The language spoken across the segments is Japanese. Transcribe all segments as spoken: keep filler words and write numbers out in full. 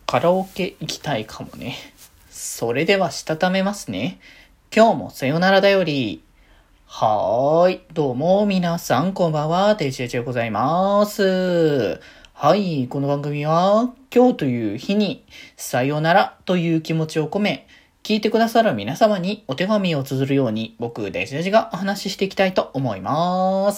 カラオケ行きたいかもね。それではしたためますね。今日もさよならだより。はーい。どうも皆さんこんばんは。デジェジでございます。はい。この番組は今日という日にさよならという気持ちを込め、聞いてくださる皆様にお手紙を綴るように僕デジェジがお話ししていきたいと思います。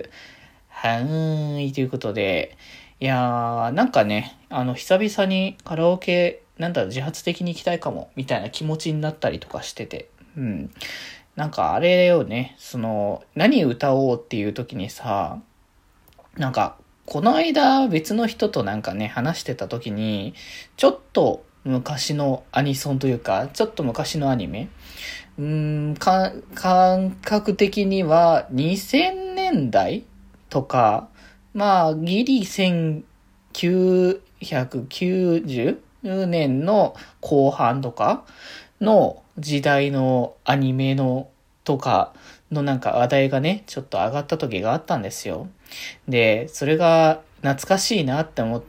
はーい。ということで、いやー、なんかね、あの、久々にカラオケ、なんだろう、自発的に行きたいかも、みたいな気持ちになったりとかしてて、うん。なんかあれよね、その、何歌おうっていう時にさ、なんか、この間別の人となんかね、話してた時に、ちょっと昔のアニソンというか、ちょっと昔のアニメ、うーん、か、感覚的にはにせんねんだいとか、まあ、ギリせんきゅうひゃくきゅうじゅうねんの後半とかの時代のアニメのとかのなんか話題がね、ちょっと上がった時があったんですよ。で、それが懐かしいなって思って、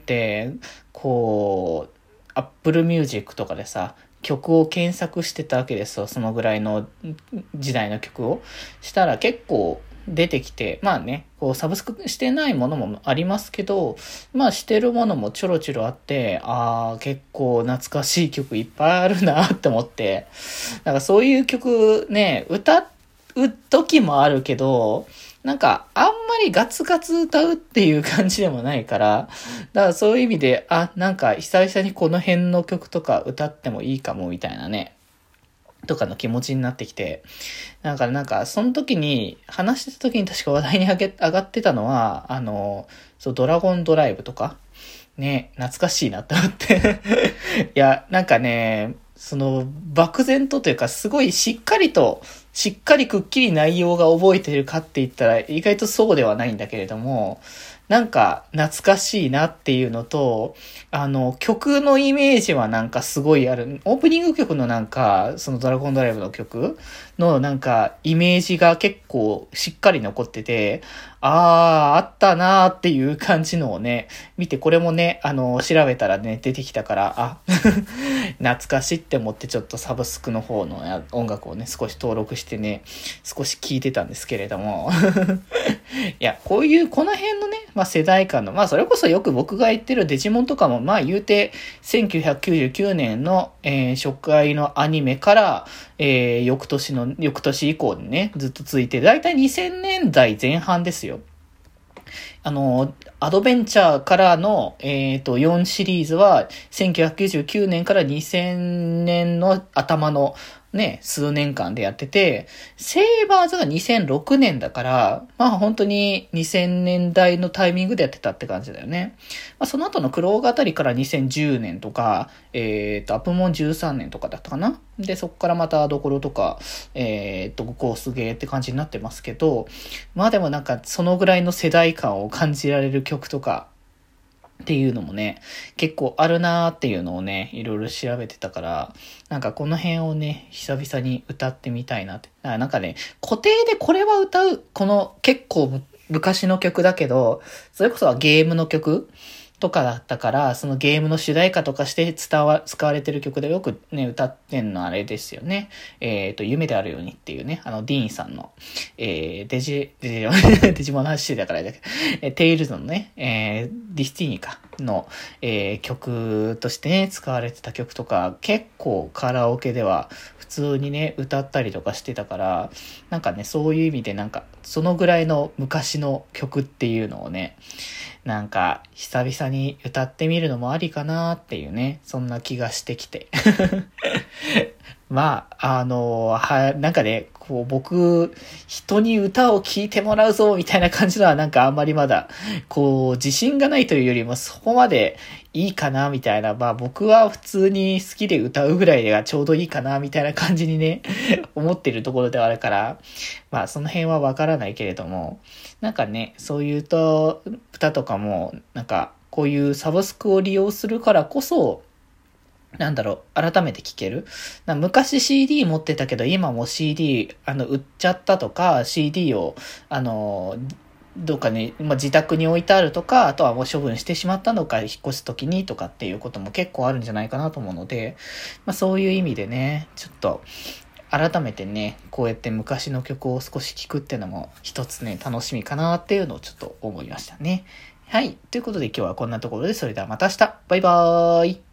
こう、Apple Music とかでさ、曲を検索してたわけですよ。そのぐらいの時代の曲を。したら結構出てきて、まあね、こうサブスクしてないものもありますけど、まあしてるものもちょろちょろあって、ああ、結構懐かしい曲いっぱいあるなって思って、なんかそういう曲ね、歌う時もあるけど、なんかあんまりガツガツ歌うっていう感じでもないから、だからそういう意味で、あ、なんか久々にこの辺の曲とか歌ってもいいかもみたいなね、とかの気持ちになってきて、だからなんかその時に、話してた時に確か話題に上げ上がってたのは、あの、そう、ドラゴンドライブとか、ね、懐かしいなって思って。いや、なんかね、その、漠然とというか、すごいしっかりと、しっかりくっきり内容が覚えてるかって言ったら、意外とそうではないんだけれども、なんか懐かしいなっていうのと、あの、曲のイメージはなんかすごいある。オープニング曲のなんか、そのドラゴンドライブの曲のなんかイメージが結構しっかり残ってて、あー、あったなーっていう感じのをね、見てこれもね、あの、調べたらね、出てきたから、あ、懐かしいって思ってちょっとサブスクの方の音楽をね、少し登録してね、少し聞いてたんですけれども。いや、こういう、この辺のね、まあ世代間の、まあそれこそよく僕が言ってるデジモンとかも、まあ言うて、せんきゅうひゃくきゅうじゅうきゅうねんの、えー、初回のアニメから、えー、翌年の、翌年以降にね、ずっと続いて、だいたいにせんねんだいぜん半ですよ。あの、アドベンチャーからの、えっと、よんシリーズは、せんきゅうひゃくきゅうじゅうきゅうねんからにせんねんの頭のね、数年間でやってて、セイバーズがにせんろくねんだから、まあ本当ににせんねんだいのタイミングでやってたって感じだよね。まあその後のクローガあたりからにせんじゅうねんとか、えっと、アプモンじゅうさんねんとかだったかな。で、そっからまたドコロとか、えっと、コースゲーって感じになってますけど、まあでもなんかそのぐらいの世代感を感じられる曲とかっていうのもね、結構あるなーっていうのをね、いろいろ調べてたから、なんかこの辺をね、久々に歌ってみたいなって。だからなんかね、固定でこれは歌う、この結構昔の曲だけど、それこそゲームの曲とかだったから、そのゲームの主題歌とかして伝わ、使われてる曲でよくね、歌ってんのあれですよね。えっと、夢であるようにっていうね、あの、ディーンさんの、えー、デジ、デジ、デジモンの話だからだけど、えー、テイルズのね、えー、ディスティーニかの、えー、曲としてね、使われてた曲とか、結構カラオケでは普通にね、歌ったりとかしてたから、なんかね、そういう意味でなんか、そのぐらいの昔の曲っていうのをね、なんか、久々に歌ってみるのもありかなっていうね、そんな気がしてきて。まあ、あの、は、なんかね、こう僕、人に歌を聴いてもらうぞ、みたいな感じのはなんかあんまりまだ、こう、自信がないというよりもそこまでいいかな、みたいな。まあ僕は普通に好きで歌うぐらいがちょうどいいかな、みたいな感じにね、思ってるところではあるから、まあその辺はわからないけれども、なんかね、そういうと、歌とかも、なんか、こういうサブスクを利用するからこそ、なんだろう、改めて聴ける。な昔 シーディー 持ってたけど、今も シーディー、あの、売っちゃったとか、シーディー を、あの、 どうかね、まあ、自宅に置いてあるとか、あとはもう処分してしまったのか、引っ越すときにとかっていうことも結構あるんじゃないかなと思うので、まあ、そういう意味でね、ちょっと、改めてね、こうやって昔の曲を少し聴くっていうのも一つね、楽しみかなっていうのをちょっと思いましたね。はい。ということで今日はこんなところで、それではまた明日。バイバーイ。